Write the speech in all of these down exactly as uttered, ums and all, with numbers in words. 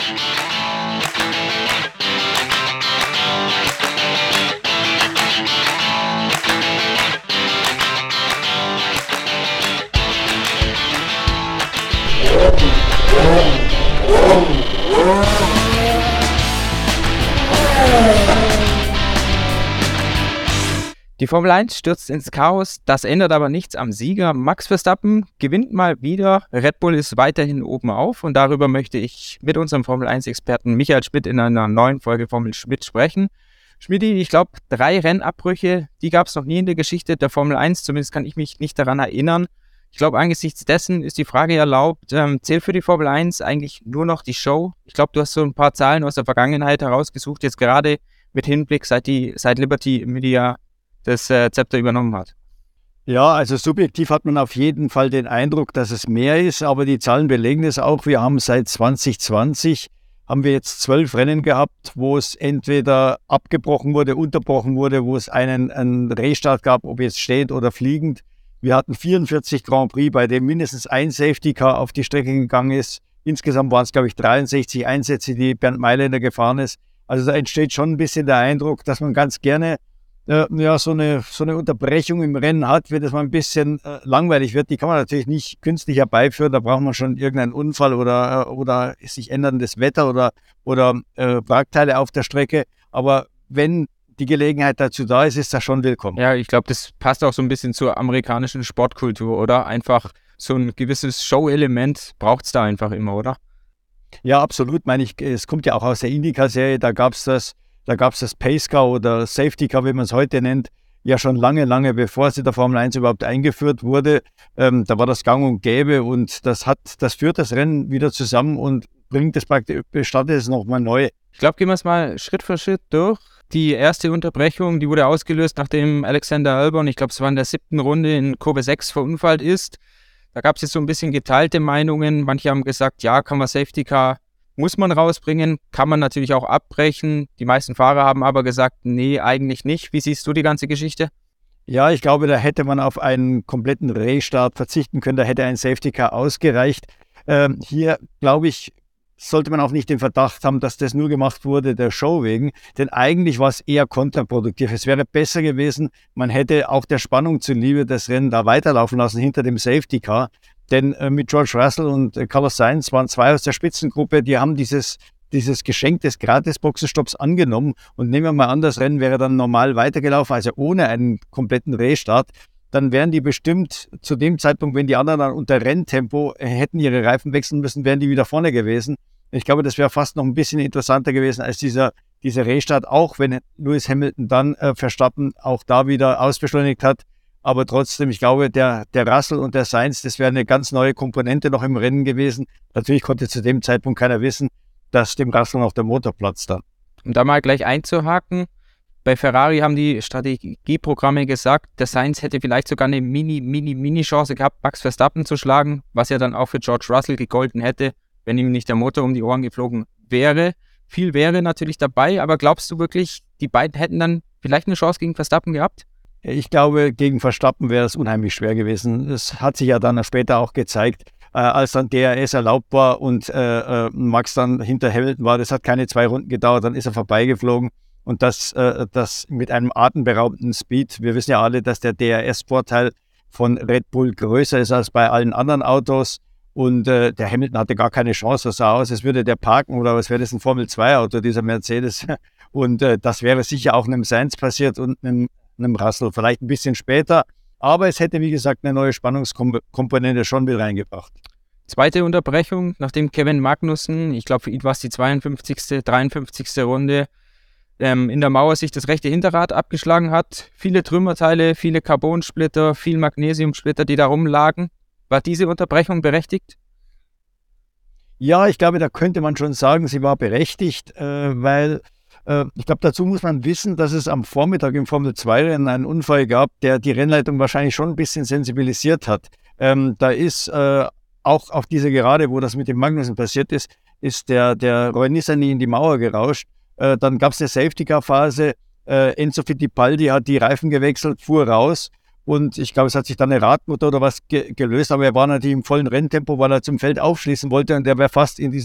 Die Formel eins stürzt ins Chaos, das ändert aber nichts am Sieger. Max Verstappen gewinnt mal wieder, Red Bull ist weiterhin oben auf und darüber möchte ich mit unserem Formel eins Experten Michael Schmidt in einer neuen Folge Formel Schmidt sprechen. Schmidti, ich glaube, drei Rennabbrüche, die gab es noch nie in der Geschichte der Formel eins, zumindest kann ich mich nicht daran erinnern. Ich glaube, angesichts dessen ist die Frage erlaubt, ähm, zählt für die Formel eins eigentlich nur noch die Show? Ich glaube, du hast so ein paar Zahlen aus der Vergangenheit herausgesucht, jetzt gerade mit Hinblick, seit, die, seit Liberty Media das äh, Zepter übernommen hat. Ja, also subjektiv hat man auf jeden Fall den Eindruck, dass es mehr ist, aber die Zahlen belegen es auch. Wir haben seit zwanzig zwanzig, haben wir jetzt zwölf Rennen gehabt, wo es entweder abgebrochen wurde, unterbrochen wurde, wo es einen, einen Restart gab, ob jetzt stehend oder fliegend. Wir hatten vierundvierzig Grand Prix, bei dem mindestens ein Safety Car auf die Strecke gegangen ist. Insgesamt waren es, glaube ich, dreiundsechzig Einsätze, die Bernd Mailänder gefahren ist. Also da entsteht schon ein bisschen der Eindruck, dass man ganz gerne äh, ja, so, eine, so eine Unterbrechung im Rennen hat, wenn das mal ein bisschen äh, langweilig wird. Die kann man natürlich nicht künstlich herbeiführen. Da braucht man schon irgendeinen Unfall oder, äh, oder sich änderndes Wetter oder, oder äh, Wrackteile auf der Strecke. Aber wenn die Gelegenheit dazu da ist, ist das schon willkommen. Ja, ich glaube, das passt auch so ein bisschen zur amerikanischen Sportkultur, oder? Einfach so ein gewisses Show-Element braucht es da einfach immer, oder? Ja, absolut. Meine ich, es kommt ja auch aus der IndyCar-Serie, da gab es das, da gab es das Pace Car oder Safety Car, wie man es heute nennt, ja schon lange, lange bevor es in der Formel eins überhaupt eingeführt wurde. Ähm, da war das gang und gäbe und das hat, das führt das Rennen wieder zusammen und bringt es praktisch, bestattet es nochmal neu. Ich glaube, gehen wir es mal Schritt für Schritt durch. Die erste Unterbrechung, die wurde ausgelöst, nachdem Alexander Albon, ich glaube, es war in der siebten Runde in Kurve sechs verunfallt ist. Da gab es jetzt so ein bisschen geteilte Meinungen. Manche haben gesagt, ja, kann man Safety Car, muss man rausbringen, kann man natürlich auch abbrechen. Die meisten Fahrer haben aber gesagt, nee, eigentlich nicht. Wie siehst du die ganze Geschichte? Ja, ich glaube, da hätte man auf einen kompletten Restart verzichten können. Da hätte ein Safety Car ausgereicht. Ähm, hier, glaube ich, sollte man auch nicht den Verdacht haben, dass das nur gemacht wurde der Show wegen, denn eigentlich war es eher kontraproduktiv. Es wäre besser gewesen, man hätte auch der Spannung zuliebe das Rennen da weiterlaufen lassen hinter dem Safety Car, denn äh, mit George Russell und äh, Carlos Sainz waren zwei aus der Spitzengruppe, die haben dieses, dieses Geschenk des Gratis-Boxenstopps angenommen und nehmen wir mal an, das Rennen wäre dann normal weitergelaufen, also ohne einen kompletten Restart. Dann wären die bestimmt zu dem Zeitpunkt, wenn die anderen dann unter Renntempo hätten ihre Reifen wechseln müssen, wären die wieder vorne gewesen. Ich glaube, das wäre fast noch ein bisschen interessanter gewesen als dieser, dieser Restart, auch wenn Lewis Hamilton dann äh, Verstappen auch da wieder ausbeschleunigt hat. Aber trotzdem, ich glaube, der, der Russell und der Sainz, das wäre eine ganz neue Komponente noch im Rennen gewesen. Natürlich konnte zu dem Zeitpunkt keiner wissen, dass dem Russell noch der Motor platzt dann. Um da mal gleich einzuhaken, bei Ferrari haben die Strategieprogramme gesagt, der Sainz hätte vielleicht sogar eine mini, mini, mini Chance gehabt, Max Verstappen zu schlagen, was ja dann auch für George Russell gegolten hätte, wenn ihm nicht der Motor um die Ohren geflogen wäre. Viel wäre natürlich dabei, aber glaubst du wirklich, die beiden hätten dann vielleicht eine Chance gegen Verstappen gehabt? Ich glaube, gegen Verstappen wäre es unheimlich schwer gewesen. Das hat sich ja dann später auch gezeigt, äh, als dann D R S erlaubt war und äh, äh, Max dann hinter Hamilton war. Das hat keine zwei Runden gedauert, dann ist er vorbeigeflogen. Und das, äh, das mit einem atemberaubenden Speed. Wir wissen ja alle, dass der D R S-Vorteil von Red Bull größer ist als bei allen anderen Autos. Und äh, der Hamilton hatte gar keine Chance. Das sah aus, als würde der parken oder als wäre das ein Formel zwei Auto, dieser Mercedes. Und äh, das wäre sicher auch einem Sainz passiert und einem, einem Russell. Vielleicht ein bisschen später. Aber es hätte, wie gesagt, eine neue Spannungskomponente schon mit reingebracht. Zweite Unterbrechung, nachdem Kevin Magnussen, ich glaube für ihn war es die zweiundfünfzigste, dreiundfünfzigste Runde, ähm, in der Mauer sich das rechte Hinterrad abgeschlagen hat. Viele Trümmerteile, viele Carbonsplitter, viel Magnesiumsplitter, die da rumlagen. War diese Unterbrechung berechtigt? Ja, ich glaube, da könnte man schon sagen, sie war berechtigt, äh, weil äh, ich glaube, dazu muss man wissen, dass es am Vormittag im Formel zwei Rennen einen Unfall gab, der die Rennleitung wahrscheinlich schon ein bisschen sensibilisiert hat. Ähm, da ist äh, auch auf dieser Gerade, wo das mit dem Magnussen passiert ist, ist der, der Roy Nissany in die Mauer gerauscht. Äh, dann gab es eine Safety-Car-Phase. Äh, Enzo Fittipaldi hat die Reifen gewechselt, fuhr raus. Und ich glaube, es hat sich dann eine Radmutter oder was ge- gelöst. Aber er war natürlich im vollen Renntempo, weil er zum Feld aufschließen wollte. Und der wäre fast in diesen,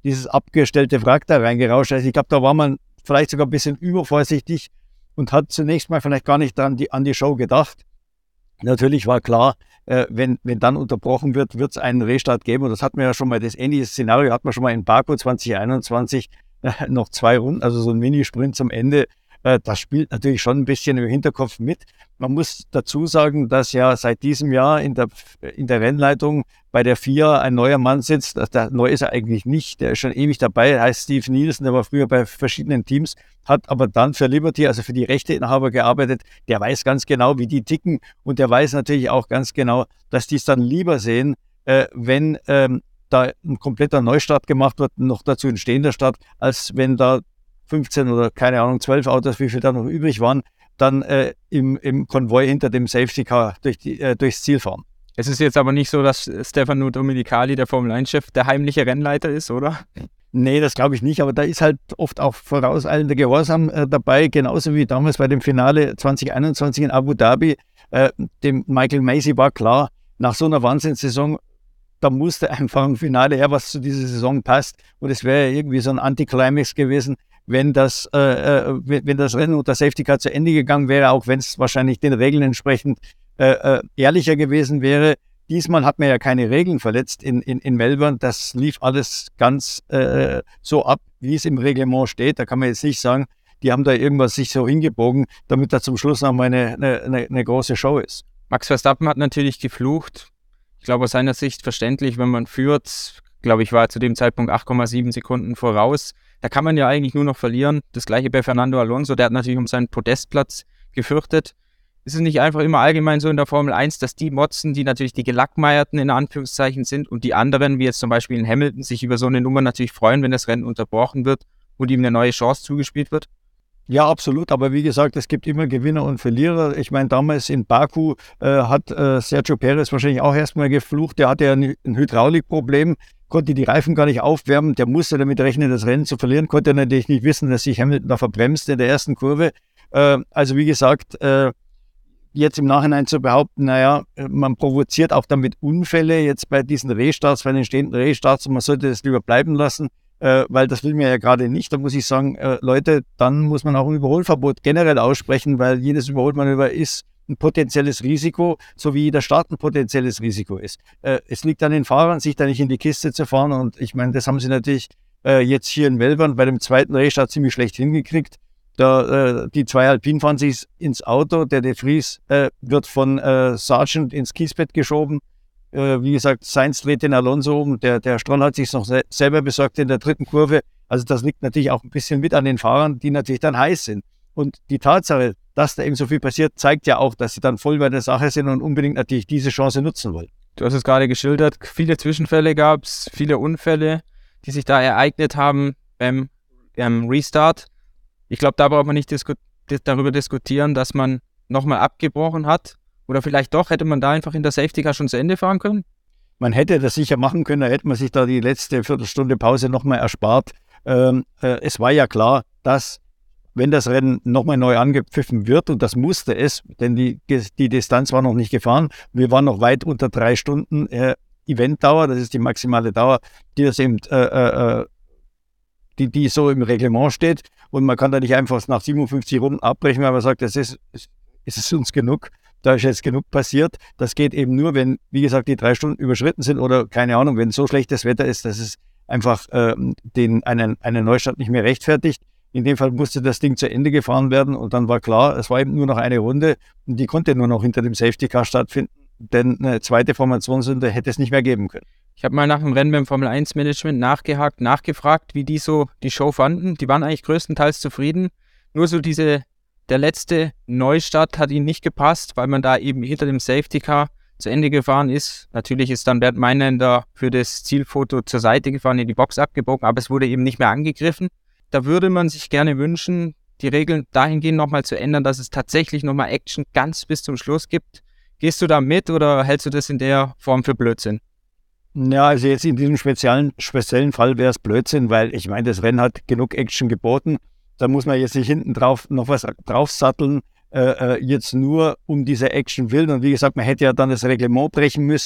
dieses abgestellte Wrack da reingerauscht. Also ich glaube, da war man vielleicht sogar ein bisschen übervorsichtig und hat zunächst mal vielleicht gar nicht an die, an die Show gedacht. Natürlich war klar, äh, wenn, wenn dann unterbrochen wird, wird es einen Restart geben. Und das hatten wir ja schon mal, das ähnliche Szenario hatten wir schon mal in Baku zwanzig einundzwanzig, äh, noch zwei Runden, also so ein Minisprint zum Ende. Äh, das spielt natürlich schon ein bisschen im Hinterkopf mit. Man muss dazu sagen, dass ja seit diesem Jahr in der, in der Rennleitung bei der F I A ein neuer Mann sitzt. Der neu ist er eigentlich nicht, der ist schon ewig dabei, er heißt Steve Nielsen, der war früher bei verschiedenen Teams, hat aber dann für Liberty, also für die Rechteinhaber gearbeitet. Der weiß ganz genau, wie die ticken und der weiß natürlich auch ganz genau, dass die es dann lieber sehen, äh, wenn ähm, da ein kompletter Neustart gemacht wird, noch dazu ein stehender Start, als wenn da fünfzehn oder keine Ahnung, zwölf Autos, wie viel da noch übrig waren, dann äh, im, im Konvoi hinter dem Safety Car durch die, äh, durchs Ziel fahren. Es ist jetzt aber nicht so, dass Stefano Domenicali, der Formel eins Chef, der heimliche Rennleiter ist, oder? Nee, das glaube ich nicht, aber da ist halt oft auch vorauseilender Gehorsam äh, dabei, genauso wie damals bei dem Finale zwanzig einundzwanzig in Abu Dhabi. Äh, dem Michael Macy war klar, nach so einer Wahnsinnssaison, da musste einfach ein Finale her, was zu dieser Saison passt. Und es wäre irgendwie so ein Anticlimax gewesen, wenn das, äh, wenn das Rennen unter Safety Car zu Ende gegangen wäre, auch wenn es wahrscheinlich den Regeln entsprechend äh, ehrlicher gewesen wäre. Diesmal hat man ja keine Regeln verletzt in, in, in Melbourne. Das lief alles ganz äh, so ab, wie es im Reglement steht. Da kann man jetzt nicht sagen, die haben da irgendwas sich so hingebogen, damit da zum Schluss noch mal eine, eine, eine große Show ist. Max Verstappen hat natürlich geflucht. Ich glaube, aus seiner Sicht verständlich, wenn man führt, glaube ich, war zu dem Zeitpunkt acht Komma sieben Sekunden voraus. Da kann man ja eigentlich nur noch verlieren. Das gleiche bei Fernando Alonso, der hat natürlich um seinen Podestplatz gefürchtet. Ist es nicht einfach immer allgemein so in der Formel eins, dass die Motzen, die natürlich die Gelackmeierten in Anführungszeichen sind und die anderen, wie jetzt zum Beispiel in Hamilton, sich über so eine Nummer natürlich freuen, wenn das Rennen unterbrochen wird und ihm eine neue Chance zugespielt wird? Ja, absolut. Aber wie gesagt, es gibt immer Gewinner und Verlierer. Ich meine, damals in Baku äh, hat äh, Sergio Perez wahrscheinlich auch erstmal geflucht. Der hatte ja ein, ein Hydraulikproblem, konnte die Reifen gar nicht aufwärmen. Der musste damit rechnen, das Rennen zu verlieren. Konnte natürlich nicht wissen, dass sich Hamilton da verbremst in der ersten Kurve. Äh, also wie gesagt, äh, jetzt im Nachhinein zu behaupten, naja, man provoziert auch damit Unfälle jetzt bei diesen Restarts, bei den stehenden Restarts, und man sollte das lieber bleiben lassen, äh, weil das will man ja gerade nicht. Da muss ich sagen, äh, Leute, dann muss man auch ein Überholverbot generell aussprechen, weil jedes Überholmanöver ist ein potenzielles Risiko, so wie jeder Start ein potenzielles Risiko ist. Äh, es liegt an den Fahrern, sich da nicht in die Kiste zu fahren, und ich meine, das haben sie natürlich äh, jetzt hier in Melbourne bei dem zweiten Restart ziemlich schlecht hingekriegt. Da, äh, die zwei Alpinen fahren sich ins Auto, der De Vries äh, wird von äh, Sargent ins Kiesbett geschoben. Äh, wie gesagt, Sainz dreht den Alonso um, der, der Stroll hat sich noch se- selber besorgt in der dritten Kurve. Also das liegt natürlich auch ein bisschen mit an den Fahrern, die natürlich dann heiß sind. Und die Tatsache, dass da eben so viel passiert, zeigt ja auch, dass sie dann voll bei der Sache sind und unbedingt natürlich diese Chance nutzen wollen. Du hast es gerade geschildert, viele Zwischenfälle gab es, viele Unfälle, die sich da ereignet haben beim ähm, Restart. Ich glaube, da braucht man nicht disku- darüber diskutieren, dass man nochmal abgebrochen hat. Oder vielleicht doch, hätte man da einfach in der Safety Car schon zu Ende fahren können? Man hätte das sicher machen können, da hätte man sich da die letzte Viertelstunde Pause nochmal erspart. Ähm, äh, es war ja klar, dass, wenn das Rennen nochmal neu angepfiffen wird, und das musste es, denn die, die Distanz war noch nicht gefahren, wir waren noch weit unter drei Stunden äh, Eventdauer, das ist die maximale Dauer, die das eben äh, äh, Die, die so im Reglement steht, und man kann da nicht einfach nach siebenundfünfzig Runden abbrechen, weil man sagt, das ist, ist, ist es uns genug, da ist jetzt genug passiert. Das geht eben nur, wenn, wie gesagt, die drei Stunden überschritten sind oder keine Ahnung, wenn so schlechtes Wetter ist, dass es einfach äh, den, einen, einen Neustart nicht mehr rechtfertigt. In dem Fall musste das Ding zu Ende gefahren werden, und dann war klar, es war eben nur noch eine Runde und die konnte nur noch hinter dem Safety Car stattfinden, denn eine zweite Formationsrunde hätte es nicht mehr geben können. Ich habe mal nach dem Rennen beim Formel eins Management nachgehakt, nachgefragt, wie die so die Show fanden. Die waren eigentlich größtenteils zufrieden. Nur so diese, der letzte Neustart hat ihnen nicht gepasst, weil man da eben hinter dem Safety Car zu Ende gefahren ist. Natürlich ist dann Bernd Mailänder für das Zielfoto zur Seite gefahren, in die Box abgebogen, aber es wurde eben nicht mehr angegriffen. Da würde man sich gerne wünschen, die Regeln dahingehend nochmal zu ändern, dass es tatsächlich nochmal Action ganz bis zum Schluss gibt. Gehst du da mit oder hältst du das in der Form für Blödsinn? Ja, also jetzt in diesem speziellen, speziellen Fall wäre es Blödsinn, weil ich meine, das Rennen hat genug Action geboten. Da muss man jetzt nicht hinten drauf noch was draufsatteln, äh, jetzt nur um diese Action willen. Und wie gesagt, man hätte ja dann das Reglement brechen müssen.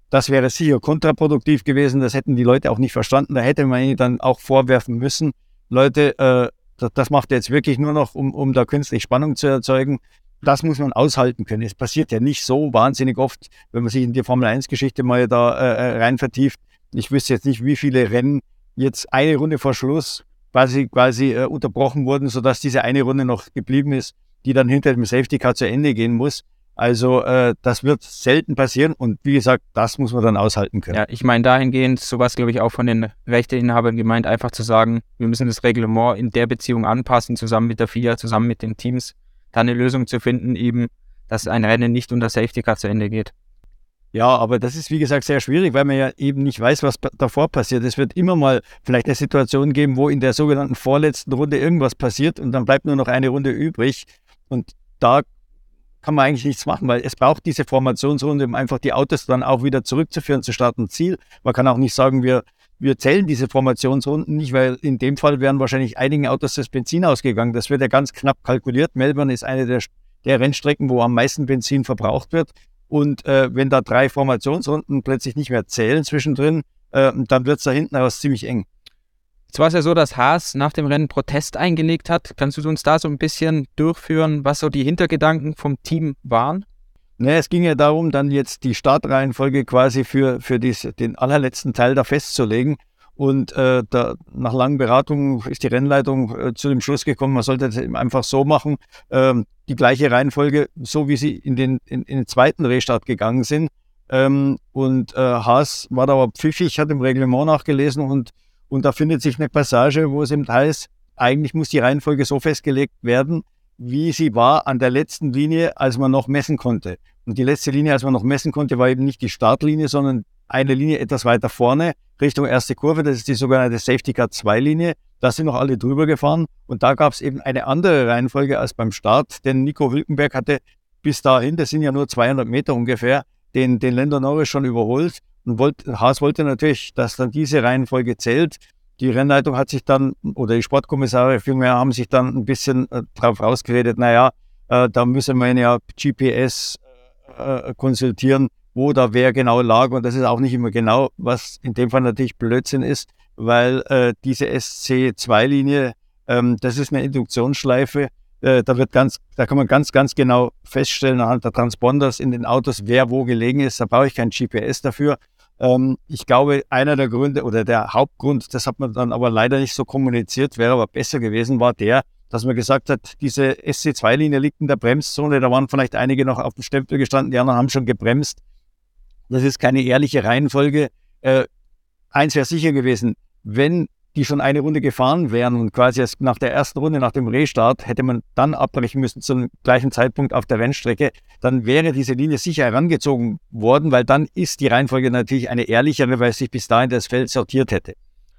Das wäre sicher kontraproduktiv gewesen, das hätten die Leute auch nicht verstanden. Da hätte man ihnen dann auch vorwerfen müssen, Leute, äh, das, das macht ihr jetzt wirklich nur noch, um, um da künstlich Spannung zu erzeugen. Das muss man aushalten können. Es passiert ja nicht so wahnsinnig oft, wenn man sich in die Formel eins Geschichte mal da äh, rein vertieft. Ich wüsste jetzt nicht, wie viele Rennen jetzt eine Runde vor Schluss quasi, quasi äh, unterbrochen wurden, sodass diese eine Runde noch geblieben ist, die dann hinter dem Safety Car zu Ende gehen muss. Also äh, das wird selten passieren und wie gesagt, das muss man dann aushalten können. Ja, ich meine dahingehend, sowas glaube ich auch von den Rechteinhabern gemeint, einfach zu sagen, wir müssen das Reglement in der Beziehung anpassen, zusammen mit der F I A, zusammen mit den Teams, da eine Lösung zu finden, eben, dass ein Rennen nicht unter Safety Car zu Ende geht. Ja, aber das ist wie gesagt sehr schwierig, weil man ja eben nicht weiß, was davor passiert. Es wird immer mal vielleicht eine Situation geben, wo in der sogenannten vorletzten Runde irgendwas passiert und dann bleibt nur noch eine Runde übrig und da kann man eigentlich nichts machen, weil es braucht diese Formationsrunde, um einfach die Autos dann auch wieder zurückzuführen zu Start und Ziel. Man kann auch nicht sagen, wir, wir zählen diese Formationsrunden nicht, weil in dem Fall wären wahrscheinlich einigen Autos das Benzin ausgegangen. Das wird ja ganz knapp kalkuliert. Melbourne ist eine der, der Rennstrecken, wo am meisten Benzin verbraucht wird. Und äh, wenn da drei Formationsrunden plötzlich nicht mehr zählen zwischendrin, äh, dann wird es da hinten raus ziemlich eng. Jetzt war es ja so, dass Haas nach dem Rennen Protest eingelegt hat. Kannst du uns da so ein bisschen durchführen, was so die Hintergedanken vom Team waren? Ne, es ging ja darum, dann jetzt die Startreihenfolge quasi für, für dies, den allerletzten Teil da festzulegen. Und äh, da, nach langen Beratungen ist die Rennleitung äh, zu dem Schluss gekommen, man sollte es einfach so machen, ähm, die gleiche Reihenfolge, so wie sie in den, in, in den zweiten Restart gegangen sind. Ähm, und äh, Haas war da aber pfiffig, hat im Reglement nachgelesen und Und da findet sich eine Passage, wo es eben heißt, eigentlich muss die Reihenfolge so festgelegt werden, wie sie war an der letzten Linie, als man noch messen konnte. Und die letzte Linie, als man noch messen konnte, war eben nicht die Startlinie, sondern eine Linie etwas weiter vorne, Richtung erste Kurve. Das ist die sogenannte Safety Car zwei Linie. Da sind noch alle drüber gefahren. Und da gab es eben eine andere Reihenfolge als beim Start. Denn Nico Hülkenberg hatte bis dahin, das sind ja nur zweihundert Meter ungefähr, den, den Lando Norris schon überholt. Und wollte, Haas wollte natürlich, dass dann diese Reihenfolge zählt. Die Rennleitung hat sich dann, oder die Sportkommissare vielmehr, haben sich dann ein bisschen äh, drauf rausgeredet, naja, äh, da müssen wir ja G P S äh, konsultieren, wo da wer genau lag. Und das ist auch nicht immer genau, was in dem Fall natürlich Blödsinn ist, weil äh, diese S C zwei Linie, ähm, das ist eine Induktionsschleife. Äh, da wird ganz, da kann man ganz, ganz genau feststellen anhand der Transponders in den Autos, wer wo gelegen ist. Da brauche ich kein G P S dafür. Ähm, ich glaube, einer der Gründe oder der Hauptgrund, das hat man dann aber leider nicht so kommuniziert, wäre aber besser gewesen, war der, dass man gesagt hat, diese S C zwei Linie liegt in der Bremszone. Da waren vielleicht einige noch auf dem Stempel gestanden, die anderen haben schon gebremst. Das ist keine ehrliche Reihenfolge. Äh, eins wäre sicher gewesen, wenn die schon eine Runde gefahren wären und quasi erst nach der ersten Runde, nach dem Restart, hätte man dann abbrechen müssen zum gleichen Zeitpunkt auf der Rennstrecke, dann wäre diese Linie sicher herangezogen worden, weil dann ist die Reihenfolge natürlich eine ehrlichere, weil sich bis dahin das Feld sortiert hätte.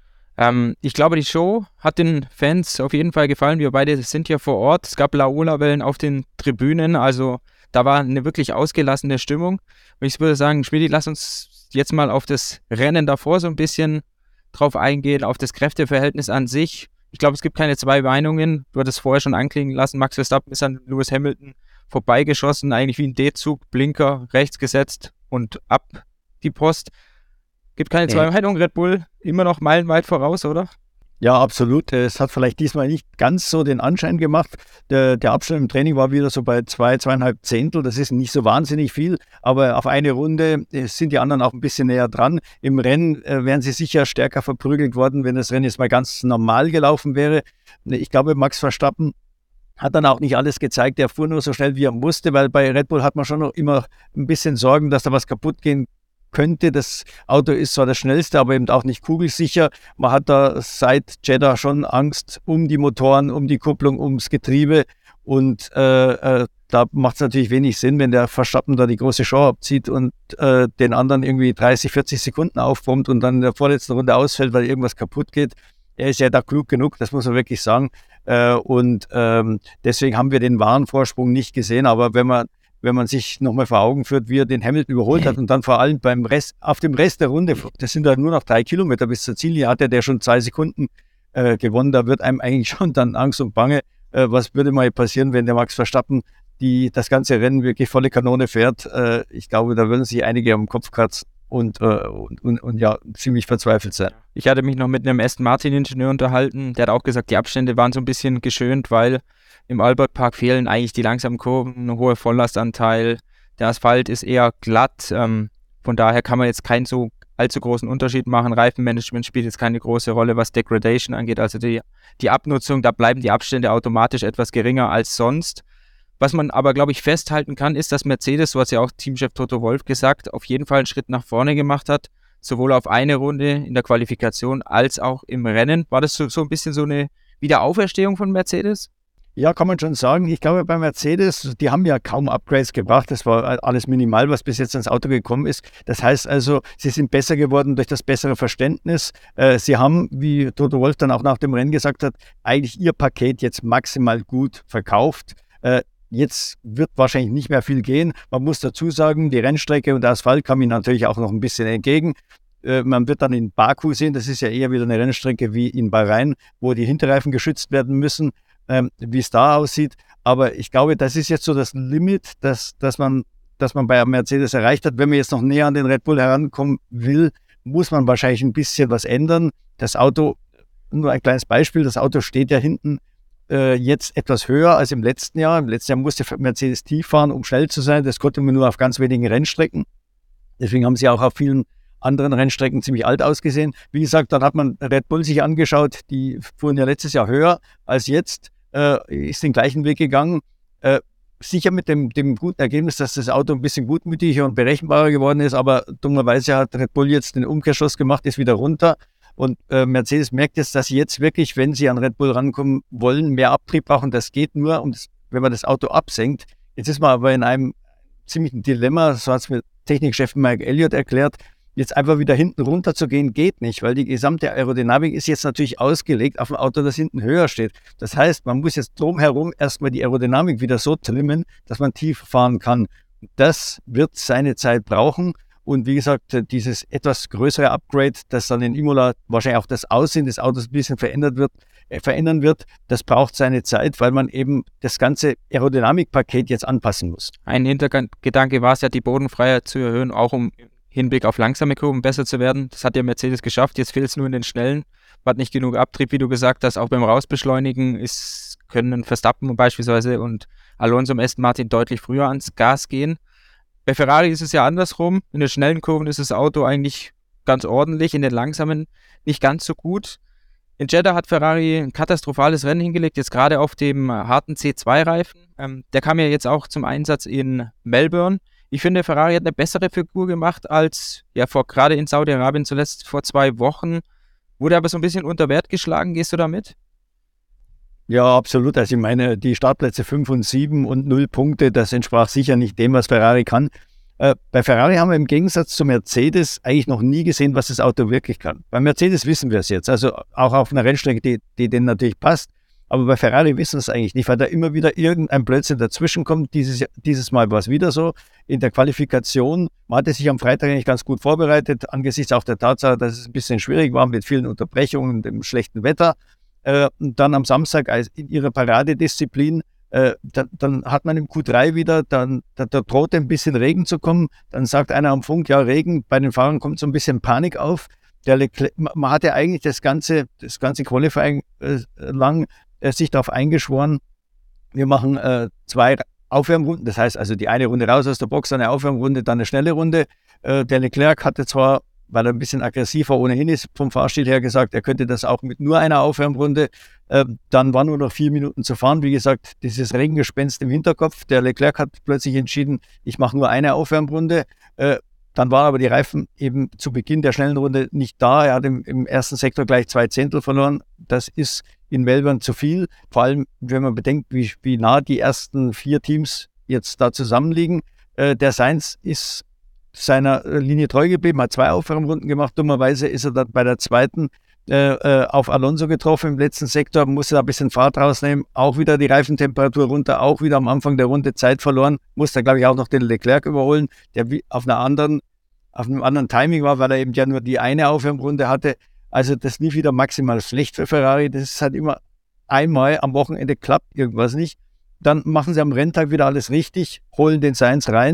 Ähm, ich glaube, die Show hat den Fans auf jeden Fall gefallen. Wir beide sind ja vor Ort. Es gab Laola-Wellen auf den Tribünen, also da war eine wirklich ausgelassene Stimmung. Und ich würde sagen, Schmidi, lass uns jetzt mal auf das Rennen davor so ein bisschen drauf eingehen, auf das Kräfteverhältnis an sich. Ich glaube, es gibt keine zwei Meinungen. Du hattest vorher schon anklingen lassen, Max Verstappen ist an Lewis Hamilton vorbeigeschossen, eigentlich wie ein D-Zug, Blinker rechts gesetzt und ab die Post. Gibt keine zwei Meinungen, Red Bull immer noch meilenweit voraus, oder? Ja, absolut. Es hat vielleicht diesmal nicht ganz so den Anschein gemacht. Der, der Abstand im Training war wieder so bei zwei, zweieinhalb Zehntel. Das ist nicht so wahnsinnig viel, aber auf eine Runde sind die anderen auch ein bisschen näher dran. Im Rennen äh, wären sie sicher stärker verprügelt worden, wenn das Rennen jetzt mal ganz normal gelaufen wäre. Ich glaube, Max Verstappen hat dann auch nicht alles gezeigt. Er fuhr nur so schnell, wie er musste, weil bei Red Bull hat man schon noch immer ein bisschen Sorgen, dass da was kaputt gehen könnte. Das Auto ist zwar das schnellste, aber eben auch nicht kugelsicher. Man hat da seit Jeddah schon Angst um die Motoren, um die Kupplung, ums Getriebe und äh, äh, da macht es natürlich wenig Sinn, wenn der Verstappen da die große Show abzieht und äh, den anderen irgendwie dreißig, vierzig Sekunden aufpumpt und dann in der vorletzten Runde ausfällt, weil irgendwas kaputt geht. Er ist ja da klug genug, das muss man wirklich sagen. Äh, und ähm, deswegen haben wir den wahren Vorsprung nicht gesehen, aber wenn man wenn man sich nochmal vor Augen führt, wie er den Hamilton überholt hat und dann vor allem beim Rest, auf dem Rest der Runde, das sind da nur noch drei Kilometer bis zur Ziellinie, hat er der schon zwei Sekunden äh, gewonnen. Da wird einem eigentlich schon dann Angst und Bange. Äh, was würde mal passieren, wenn der Max Verstappen die, das ganze Rennen wirklich volle Kanone fährt? Äh, ich glaube, da würden sich einige am Kopf kratzen. und, äh, und, und, und ja, ziemlich verzweifelt sein. Ich hatte mich noch mit einem Aston Martin-Ingenieur unterhalten, der hat auch gesagt, die Abstände waren so ein bisschen geschönt, weil im Albert Park fehlen eigentlich die langsamen Kurven, ein hoher Volllastanteil, der Asphalt ist eher glatt, ähm, von daher kann man jetzt keinen so allzu großen Unterschied machen. Reifenmanagement spielt jetzt keine große Rolle, was Degradation angeht, also die, die Abnutzung, da bleiben die Abstände automatisch etwas geringer als sonst. Was man aber, glaube ich, festhalten kann, ist, dass Mercedes, so hat ja auch Teamchef Toto Wolff gesagt, auf jeden Fall einen Schritt nach vorne gemacht hat, sowohl auf eine Runde in der Qualifikation als auch im Rennen. War das so, so ein bisschen so eine Wiederauferstehung von Mercedes? Ja, kann man schon sagen. Ich glaube, bei Mercedes, die haben ja kaum Upgrades gebracht. Das war alles minimal, was bis jetzt ins Auto gekommen ist. Das heißt also, sie sind besser geworden durch das bessere Verständnis. Sie haben, wie Toto Wolff dann auch nach dem Rennen gesagt hat, eigentlich ihr Paket jetzt maximal gut verkauft. Jetzt wird wahrscheinlich nicht mehr viel gehen. Man muss dazu sagen, die Rennstrecke und der Asphalt kam ihnen natürlich auch noch ein bisschen entgegen. Äh, man wird dann in Baku sehen, das ist ja eher wieder eine Rennstrecke wie in Bahrain, wo die Hinterreifen geschützt werden müssen, ähm, wie es da aussieht. Aber ich glaube, das ist jetzt so das Limit, das, das, man, das man bei Mercedes erreicht hat. Wenn man jetzt noch näher an den Red Bull herankommen will, muss man wahrscheinlich ein bisschen was ändern. Das Auto, nur ein kleines Beispiel, das Auto steht ja hinten jetzt etwas höher als im letzten Jahr. Im letzten Jahr musste Mercedes tief fahren, um schnell zu sein. Das konnte man nur auf ganz wenigen Rennstrecken. Deswegen haben sie auch auf vielen anderen Rennstrecken ziemlich alt ausgesehen. Wie gesagt, dann hat man Red Bull sich angeschaut. Die fuhren ja letztes Jahr höher als jetzt. Äh, ist den gleichen Weg gegangen. Äh, sicher mit dem, dem guten Ergebnis, dass das Auto ein bisschen gutmütiger und berechenbarer geworden ist. Aber dummerweise hat Red Bull jetzt den Umkehrschluss gemacht, ist wieder runter. Und äh, Mercedes merkt jetzt, dass sie jetzt wirklich, wenn sie an Red Bull rankommen wollen, mehr Abtrieb brauchen. Das geht nur, und das, wenn man das Auto absenkt. Jetzt ist man aber in einem ziemlichen Dilemma, so hat es mir Technikchef Mike Elliott erklärt. Jetzt einfach wieder hinten runter zu gehen, geht nicht, weil die gesamte Aerodynamik ist jetzt natürlich ausgelegt auf ein Auto, das hinten höher steht. Das heißt, man muss jetzt drumherum erstmal die Aerodynamik wieder so trimmen, dass man tief fahren kann. Das wird seine Zeit brauchen. Und wie gesagt, dieses etwas größere Upgrade, das dann in Imola wahrscheinlich auch das Aussehen des Autos ein bisschen verändert wird, äh, verändern wird, das braucht seine Zeit, weil man eben das ganze Aerodynamikpaket jetzt anpassen muss. Ein Hintergedanke war es ja, die Bodenfreiheit zu erhöhen, auch um im Hinblick auf langsame Kurven besser zu werden. Das hat ja Mercedes geschafft, jetzt fehlt es nur in den Schnellen, hat nicht genug Abtrieb, wie du gesagt hast. Auch beim Rausbeschleunigen ist, können Verstappen beispielsweise und Alonso im Aston Martin deutlich früher ans Gas gehen. Bei Ferrari ist es ja andersrum. In den schnellen Kurven ist das Auto eigentlich ganz ordentlich, in den langsamen nicht ganz so gut. In Jeddah hat Ferrari ein katastrophales Rennen hingelegt, jetzt gerade auf dem harten C zwei Reifen. Ähm, der kam ja jetzt auch zum Einsatz in Melbourne. Ich finde, Ferrari hat eine bessere Figur gemacht als ja vor gerade in Saudi-Arabien zuletzt vor zwei Wochen. Wurde aber so ein bisschen unter Wert geschlagen. Gehst du da mit? Ja, absolut. Also ich meine, die Startplätze fünf und sieben und null Punkte, das entsprach sicher nicht dem, was Ferrari kann. Äh, bei Ferrari haben wir im Gegensatz zu Mercedes eigentlich noch nie gesehen, was das Auto wirklich kann. Bei Mercedes wissen wir es jetzt, also auch auf einer Rennstrecke, die, die denen natürlich passt. Aber bei Ferrari wissen wir es eigentlich nicht, weil da immer wieder irgendein Blödsinn dazwischen kommt. Dieses, dieses Mal war es wieder so. In der Qualifikation, man hatte sich am Freitag eigentlich ganz gut vorbereitet, angesichts auch der Tatsache, dass es ein bisschen schwierig war mit vielen Unterbrechungen und dem schlechten Wetter. Äh, und dann am Samstag als in ihrer Paradedisziplin, äh, da, dann hat man im Q drei wieder, dann da, da drohte ein bisschen Regen zu kommen. Dann sagt einer am Funk, ja, Regen, bei den Fahrern kommt so ein bisschen Panik auf. Der Leclerc, man hatte eigentlich das ganze, das ganze Qualifying äh, lang äh, sich darauf eingeschworen, wir machen äh, zwei Aufwärmrunden, das heißt also die eine Runde raus aus der Box, dann eine Aufwärmrunde, dann eine schnelle Runde. Äh, der Leclerc hatte zwar, weil er ein bisschen aggressiver ohnehin ist, vom Fahrstil her gesagt, er könnte das auch mit nur einer Aufwärmrunde. Äh, dann war nur noch vier Minuten zu fahren. Wie gesagt, dieses Regengespenst im Hinterkopf. Der Leclerc hat plötzlich entschieden, ich mache nur eine Aufwärmrunde. Äh, dann waren aber die Reifen eben zu Beginn der schnellen Runde nicht da. Er hat im, im ersten Sektor gleich zwei Zehntel verloren. Das ist in Melbourne zu viel. Vor allem, wenn man bedenkt, wie, wie nah die ersten vier Teams jetzt da zusammenliegen. Äh, der Sainz ist seiner Linie treu geblieben, hat zwei Aufwärmrunden gemacht. Dummerweise ist er dann bei der zweiten äh, äh, auf Alonso getroffen im letzten Sektor, musste da ein bisschen Fahrt rausnehmen, auch wieder die Reifentemperatur runter, auch wieder am Anfang der Runde Zeit verloren, musste, glaube ich, auch noch den Leclerc überholen, der wie auf einer anderen, auf einem anderen Timing war, weil er eben ja nur die eine Aufwärmrunde hatte. Also das lief wieder maximal schlecht für Ferrari. Das ist halt immer einmal am Wochenende klappt irgendwas nicht. Dann machen sie am Renntag wieder alles richtig, holen den Sainz rein.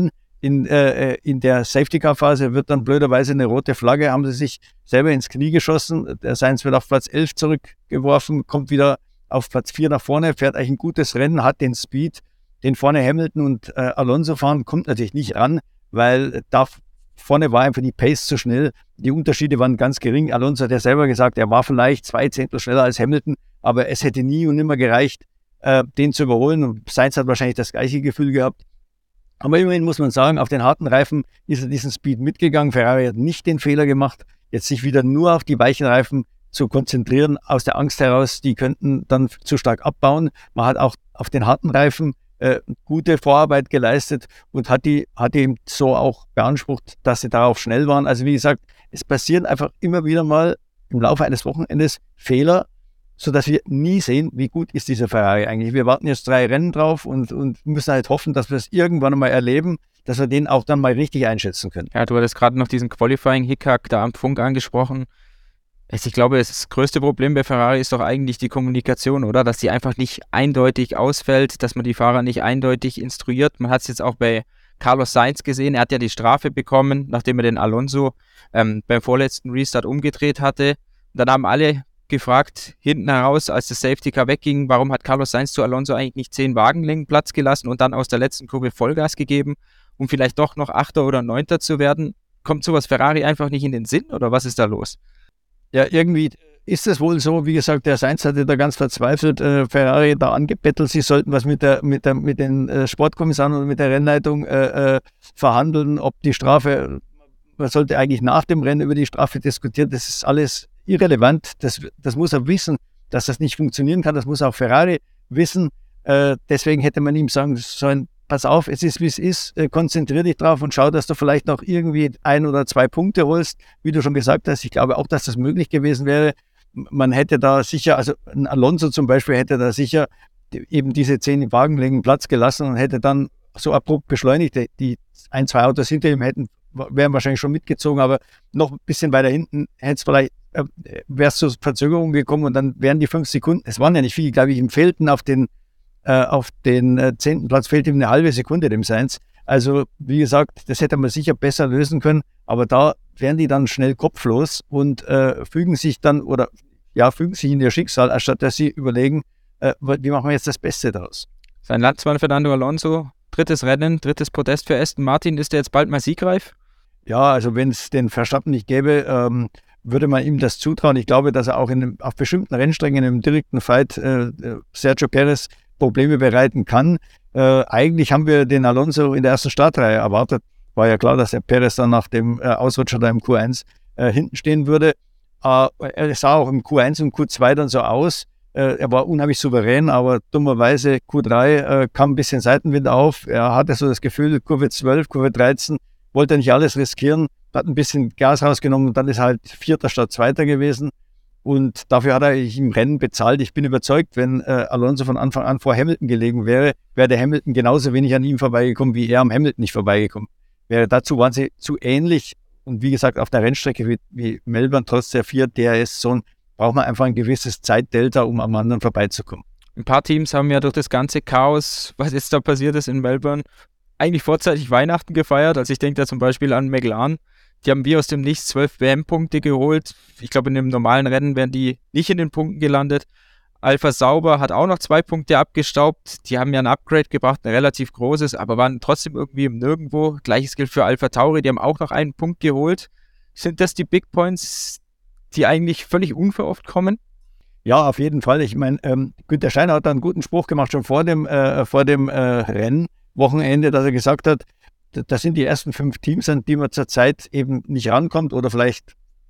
in, äh, in der Safety-Car-Phase wird dann blöderweise eine rote Flagge, haben sie sich selber ins Knie geschossen. Der Sainz wird auf Platz elf zurückgeworfen, kommt wieder auf Platz vier nach vorne, fährt eigentlich ein gutes Rennen, hat den Speed, den vorne Hamilton und äh, Alonso fahren, kommt natürlich nicht ran, weil da vorne war einfach die Pace zu schnell. Die Unterschiede waren ganz gering. Alonso hat ja selber gesagt, er war vielleicht zwei Zehntel schneller als Hamilton, aber es hätte nie und nimmer gereicht, äh, den zu überholen. Und Sainz hat wahrscheinlich das gleiche Gefühl gehabt. Aber immerhin muss man sagen, auf den harten Reifen ist er diesen Speed mitgegangen. Ferrari hat nicht den Fehler gemacht, jetzt sich wieder nur auf die weichen Reifen zu konzentrieren, aus der Angst heraus, die könnten dann zu stark abbauen. Man hat auch auf den harten Reifen äh, gute Vorarbeit geleistet und hat die, hat die eben so auch beansprucht, dass sie darauf schnell waren. Also wie gesagt, es passieren einfach immer wieder mal im Laufe eines Wochenendes Fehler, sodass wir nie sehen, wie gut ist dieser Ferrari eigentlich. Wir warten jetzt drei Rennen drauf und, und müssen halt hoffen, dass wir es irgendwann einmal erleben, dass wir den auch dann mal richtig einschätzen können. Ja, du hattest gerade noch diesen Qualifying-Hickhack da am Funk angesprochen. Ich glaube, das größte Problem bei Ferrari ist doch eigentlich die Kommunikation, oder? Dass die einfach nicht eindeutig ausfällt, dass man die Fahrer nicht eindeutig instruiert. Man hat es jetzt auch bei Carlos Sainz gesehen. Er hat ja die Strafe bekommen, nachdem er den Alonso ähm, beim vorletzten Restart umgedreht hatte. Und dann haben alle gefragt, hinten heraus, als das Safety Car wegging, warum hat Carlos Sainz zu Alonso eigentlich nicht zehn Wagenlängen Platz gelassen und dann aus der letzten Kurve Vollgas gegeben, um vielleicht doch noch Achter oder Neunter zu werden? Kommt sowas Ferrari einfach nicht in den Sinn oder was ist da los? Ja, irgendwie ist es wohl so, wie gesagt, der Sainz hatte da ganz verzweifelt äh, Ferrari da angebettelt, sie sollten was mit der mit der mit den äh, Sportkommissaren und mit der Rennleitung äh, äh, verhandeln, ob die Strafe, man sollte eigentlich nach dem Rennen über die Strafe diskutieren, das ist alles irrelevant, das, das muss er wissen, dass das nicht funktionieren kann, das muss auch Ferrari wissen, äh, deswegen hätte man ihm sagen sollen, pass auf, es ist wie es ist, äh, konzentrier dich drauf und schau, dass du vielleicht noch irgendwie ein oder zwei Punkte holst, wie du schon gesagt hast. Ich glaube auch, dass das möglich gewesen wäre. Man hätte da sicher, also ein Alonso zum Beispiel hätte da sicher eben diese zehn Wagenlängen Platz gelassen und hätte dann so abrupt beschleunigt. Die ein, zwei Autos hinter ihm hätten, wären wahrscheinlich schon mitgezogen, aber noch ein bisschen weiter hinten hätte es vielleicht, äh, wäre es zur Verzögerung gekommen und dann wären die fünf Sekunden, es waren ja nicht viel, glaube ich, im fehlten auf den auf den äh, zehnten Platz fehlt ihm eine halbe Sekunde dem Sainz. Also wie gesagt, das hätte man sicher besser lösen können, aber da wären die dann schnell kopflos und äh, fügen sich dann oder ja, fügen sich in ihr Schicksal, anstatt dass sie überlegen, äh, wie machen wir jetzt das Beste daraus. Sein Landsmann Fernando Alonso, drittes Rennen, drittes Podest für Aston Martin, ist er jetzt bald mal siegreif? Ja, also wenn es den Verstappen nicht gäbe, ähm, würde man ihm das zutrauen. Ich glaube, dass er auch in einem, auf bestimmten Rennstrecken in einem direkten Fight äh, Sergio Perez Probleme bereiten kann. Äh, eigentlich haben wir den Alonso in der ersten Startreihe erwartet. War ja klar, dass der Perez dann nach dem äh, Ausrutscher da im Q eins äh, hinten stehen würde. Äh, er sah auch im Q eins und Q zwei dann so aus. Äh, er war unheimlich souverän, aber dummerweise Q drei äh, kam ein bisschen Seitenwind auf. Er hatte so das Gefühl, Kurve zwölf, Kurve dreizehn, wollte nicht alles riskieren, hat ein bisschen Gas rausgenommen und dann ist halt Vierter statt Zweiter gewesen. Und dafür hat er im Rennen bezahlt. Ich bin überzeugt, wenn äh, Alonso von Anfang an vor Hamilton gelegen wäre, wäre der Hamilton genauso wenig an ihm vorbeigekommen, wie er am Hamilton nicht vorbeigekommen wäre. Dazu waren sie zu ähnlich. Und wie gesagt, auf der Rennstrecke wie, wie Melbourne, trotz der vier D R S-Zonen, braucht man einfach ein gewisses Zeitdelta, um am anderen vorbeizukommen. Ein paar Teams haben ja durch das ganze Chaos, was jetzt da passiert ist in Melbourne, eigentlich vorzeitig Weihnachten gefeiert. Also ich denke da zum Beispiel an McLaren. Die haben wie aus dem Nichts zwölf W M-Punkte geholt. Ich glaube, in einem normalen Rennen wären die nicht in den Punkten gelandet. Alpha Sauber hat auch noch zwei Punkte abgestaubt. Die haben ja ein Upgrade gebracht, ein relativ großes, aber waren trotzdem irgendwie im Nirgendwo. Gleiches gilt für Alpha Tauri, die haben auch noch einen Punkt geholt. Sind das die Big Points, die eigentlich völlig unverhofft kommen? Ja, auf jeden Fall. Ich meine, ähm, Günther Steiner hat da einen guten Spruch gemacht, schon vor dem, äh, vor dem äh, Rennwochenende, dass er gesagt hat, das sind die ersten fünf Teams, an die man zurzeit eben nicht rankommt oder vielleicht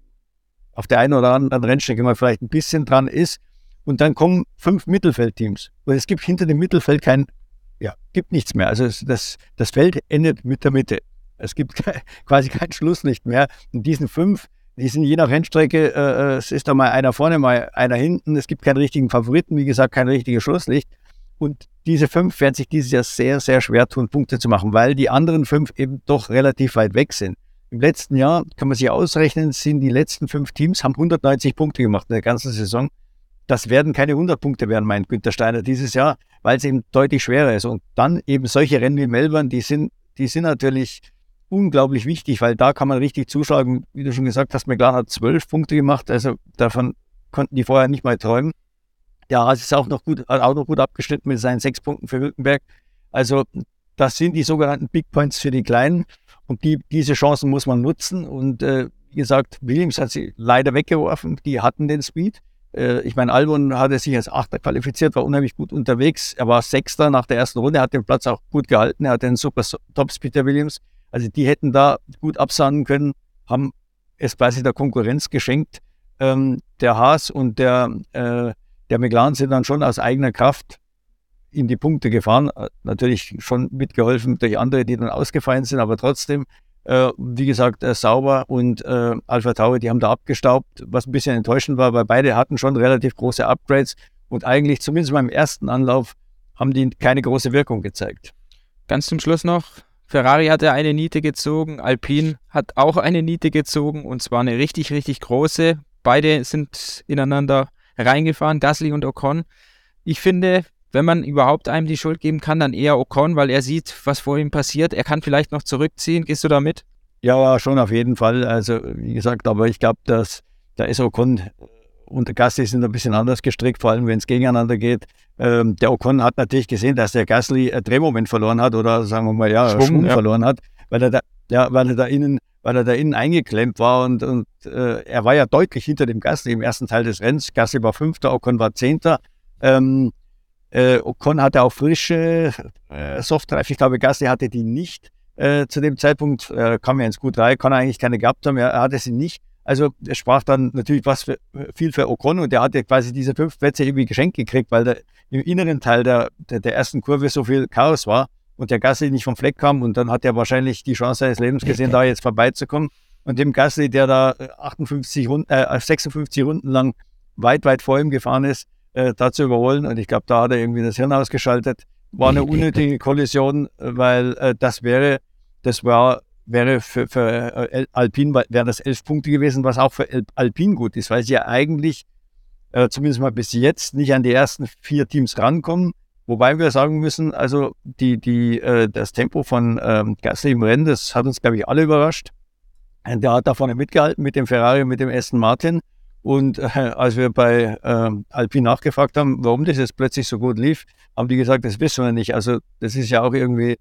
auf der einen oder anderen Rennstrecke mal vielleicht ein bisschen dran ist. Und dann kommen fünf Mittelfeldteams. Und es gibt hinter dem Mittelfeld kein, ja, gibt nichts mehr. Also das, das Feld endet mit der Mitte. Es gibt quasi kein Schlusslicht mehr. Und diesen fünf, die sind je nach Rennstrecke, äh, es ist da mal einer vorne, mal einer hinten. Es gibt keinen richtigen Favoriten, wie gesagt, kein richtiges Schlusslicht. Und diese fünf werden sich dieses Jahr sehr, sehr schwer tun, Punkte zu machen, weil die anderen fünf eben doch relativ weit weg sind. Im letzten Jahr, kann man sich ausrechnen, sind die letzten fünf Teams, haben hundertneunzig Punkte gemacht in der ganzen Saison. Das werden keine hundert Punkte werden, meint Günther Steiner dieses Jahr, weil es eben deutlich schwerer ist. Und dann eben solche Rennen wie Melbourne, die sind die sind natürlich unglaublich wichtig, weil da kann man richtig zuschlagen. Wie du schon gesagt hast, McLaren hat zwölf Punkte gemacht, also davon konnten die vorher nicht mal träumen. Der Haas ist auch noch gut, hat auch noch gut abgeschnitten mit seinen sechs Punkten für Hülkenberg. Also das sind die sogenannten Big Points für die Kleinen und die, diese Chancen muss man nutzen. Und äh, wie gesagt, Williams hat sie leider weggeworfen, die hatten den Speed. Äh, ich meine, Albon hatte sich als Achter qualifiziert, war unheimlich gut unterwegs. Er war Sechster nach der ersten Runde, hat den Platz auch gut gehalten, er hatte einen super Topspeed der Williams. Also die hätten da gut absahnen können, haben es quasi der Konkurrenz geschenkt. Ähm, der Haas und der, äh, der McLaren sind dann schon aus eigener Kraft in die Punkte gefahren. Natürlich schon mitgeholfen durch andere, die dann ausgefallen sind, aber trotzdem, äh, wie gesagt, äh, Sauber und äh, Alpha Tauri, die haben da abgestaubt, was ein bisschen enttäuschend war, weil beide hatten schon relativ große Upgrades und eigentlich, zumindest beim ersten Anlauf, haben die keine große Wirkung gezeigt. Ganz zum Schluss noch, Ferrari hatte eine Niete gezogen, Alpine hat auch eine Niete gezogen und zwar eine richtig, richtig große. Beide sind ineinander reingefahren, Gasly und Ocon. Ich finde, wenn man überhaupt einem die Schuld geben kann, dann eher Ocon, weil er sieht, was vor ihm passiert. Er kann vielleicht noch zurückziehen. Gehst du da mit? Ja, schon auf jeden Fall. Also wie gesagt, aber ich glaube, dass der Ocon und der Gasly sind ein bisschen anders gestrickt, vor allem wenn es gegeneinander geht. Ähm, der Ocon hat natürlich gesehen, dass der Gasly ein Drehmoment verloren hat oder sagen wir mal, ja, Schwung, Schwung ja. verloren hat, weil er da, ja, weil er da innen, weil er da innen eingeklemmt war und, und äh, er war ja deutlich hinter dem Gasly im ersten Teil des Rennens. Gasly war Fünfter, Ocon war Zehnter. Ähm, äh, Ocon hatte auch frische äh, Softreifen. Ich glaube, Gasly hatte die nicht äh, zu dem Zeitpunkt. Er kam ja ins Q drei, kann er eigentlich keine gehabt haben. Er, er hatte sie nicht. Also es sprach dann natürlich was für, viel für Ocon und der hatte quasi diese fünf Plätze irgendwie geschenkt gekriegt, weil der, im inneren Teil der, der, der ersten Kurve so viel Chaos war und der Gasly nicht vom Fleck kam und dann hat er wahrscheinlich die Chance seines Lebens gesehen, da jetzt vorbeizukommen. Und dem Gasly, der da achtundfünfzig Runden, äh, sechsundfünfzig Runden lang weit, weit vor ihm gefahren ist, äh, da zu überholen. Und ich glaube, da hat er irgendwie das Hirn ausgeschaltet. War eine unnötige Kollision, weil äh, das wäre, das war wäre für, für äh, Alpine wären das elf Punkte gewesen, was auch für Alpine gut ist, weil sie ja eigentlich äh, zumindest mal bis jetzt nicht an die ersten vier Teams rankommen. Wobei wir sagen müssen, also die, die, äh, das Tempo von ähm, Gasly im Rennen, das hat uns, glaube ich, alle überrascht. Und der hat da vorne mitgehalten mit dem Ferrari, mit dem Aston Martin. Und äh, als wir bei äh, Alpine nachgefragt haben, warum das jetzt plötzlich so gut lief, haben die gesagt, das wissen wir nicht. Also das ist ja auch irgendwie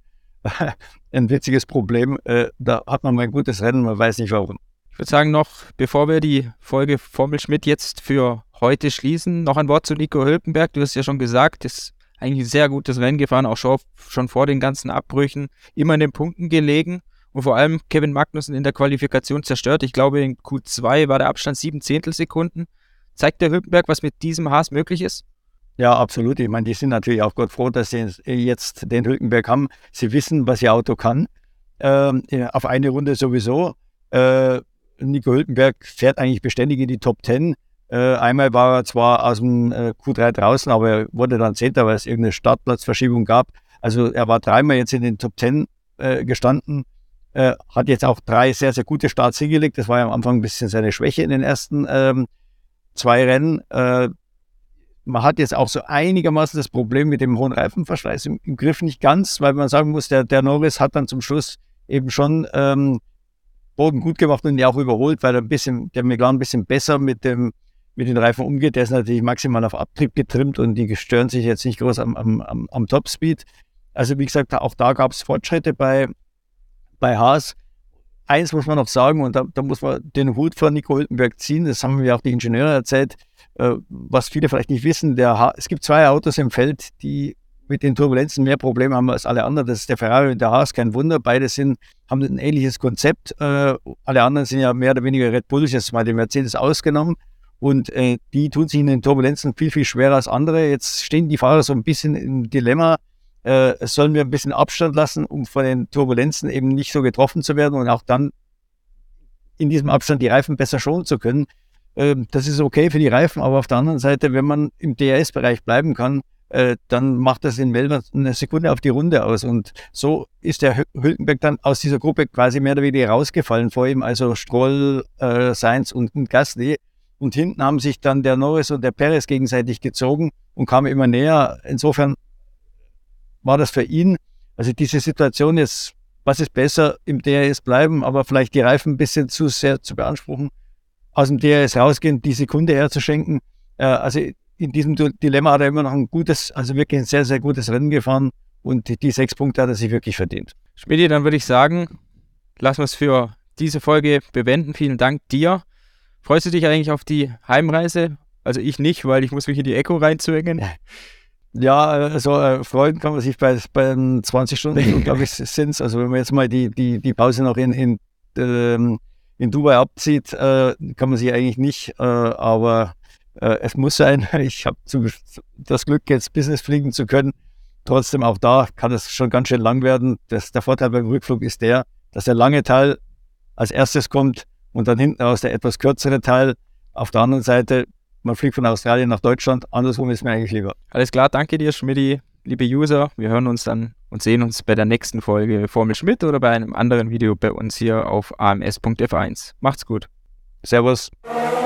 ein witziges Problem. Äh, da hat man mal ein gutes Rennen, man weiß nicht warum. Ich würde sagen, noch bevor wir die Folge Formel Schmidt jetzt für heute schließen, noch ein Wort zu Nico Hülkenberg. Du hast ja schon gesagt, ist eigentlich ein sehr gutes Rennen gefahren, auch schon, schon vor den ganzen Abbrüchen, immer in den Punkten gelegen und vor allem Kevin Magnussen in der Qualifikation zerstört. Ich glaube, in Q zwei war der Abstand sieben Zehntelsekunden. Zeigt der Hülkenberg, was mit diesem Haas möglich ist? Ja, absolut. Ich meine, die sind natürlich auch Gott froh, dass sie jetzt den Hülkenberg haben. Sie wissen, was ihr Auto kann. Ähm, auf eine Runde sowieso. Äh, Nico Hülkenberg fährt eigentlich beständig in die Top Ten. Äh, einmal war er zwar aus dem äh, Q drei draußen, aber er wurde dann Zehnter, weil es irgendeine Startplatzverschiebung gab. Also er war dreimal jetzt in den Top Ten äh, gestanden. Äh, hat jetzt auch drei sehr, sehr gute Starts hingelegt. Das war ja am Anfang ein bisschen seine Schwäche in den ersten ähm, zwei Rennen. Äh, Man hat jetzt auch so einigermaßen das Problem mit dem hohen Reifenverschleiß im, im Griff, nicht ganz, weil man sagen muss, der, der Norris hat dann zum Schluss eben schon ähm, Boden gut gemacht und ihn auch überholt, weil er ein bisschen, der McLaren ein bisschen besser mit, dem, mit den Reifen umgeht. Der ist natürlich maximal auf Abtrieb getrimmt und die stören sich jetzt nicht groß am, am, am, am Topspeed. Also wie gesagt, auch da gab es Fortschritte bei, bei Haas. Eins muss man noch sagen, und da, da muss man den Hut vor Nico Hülkenberg ziehen, das haben mir auch die Ingenieure erzählt, äh, was viele vielleicht nicht wissen, der ha- es gibt zwei Autos im Feld, die mit den Turbulenzen mehr Probleme haben als alle anderen. Das ist der Ferrari und der Haas, kein Wunder. Beide sind, haben ein ähnliches Konzept. Äh, alle anderen sind ja mehr oder weniger Red Bull, jetzt mal den Mercedes ausgenommen. Und äh, die tun sich in den Turbulenzen viel, viel schwerer als andere. Jetzt stehen die Fahrer so ein bisschen im Dilemma, äh, sollen wir ein bisschen Abstand lassen, um von den Turbulenzen eben nicht so getroffen zu werden und auch dann in diesem Abstand die Reifen besser schonen zu können. Äh, das ist okay für die Reifen, aber auf der anderen Seite, wenn man im D R S-Bereich bleiben kann, äh, dann macht das in Melbourne eine Sekunde auf die Runde aus. Und so ist der Hülkenberg dann aus dieser Gruppe quasi mehr oder weniger rausgefallen vor ihm, also Stroll, äh, Sainz und, und Gasly. Und hinten haben sich dann der Norris und der Perez gegenseitig gezogen und kamen immer näher. Insofern war das für ihn, also diese Situation jetzt was ist besser, im D R S bleiben, aber vielleicht die Reifen ein bisschen zu sehr zu beanspruchen, aus dem D R S rausgehen, die Sekunde herzuschenken. Äh, also in diesem Dilemma hat er immer noch ein gutes, also wirklich ein sehr, sehr gutes Rennen gefahren und die, die sechs Punkte hat er sich wirklich verdient. Schmidi, dann würde ich sagen, lassen wir es für diese Folge bewenden. Vielen Dank dir. Freust du dich eigentlich auf die Heimreise? Also ich nicht, weil ich muss mich in die Echo reinzwängen. Ja, also äh, freuen kann man sich bei, bei zwanzig Stunden, glaube ich, sind es. Also wenn man jetzt mal die, die, die Pause noch in, in, ähm, in Dubai abzieht, äh, kann man sich eigentlich nicht. Äh, aber äh, es muss sein. Ich habe das Glück, jetzt Business fliegen zu können. Trotzdem auch da kann es schon ganz schön lang werden. Das, der Vorteil beim Rückflug ist der, dass der lange Teil als erstes kommt und dann hinten aus der etwas kürzere Teil. Auf der anderen Seite, man fliegt von Australien nach Deutschland, andersrum ist mir eigentlich lieber. Alles klar, danke dir, Schmidi, liebe User. Wir hören uns dann und sehen uns bei der nächsten Folge Formel Schmidt oder bei einem anderen Video bei uns hier auf A M S Punkt F eins. Macht's gut. Servus.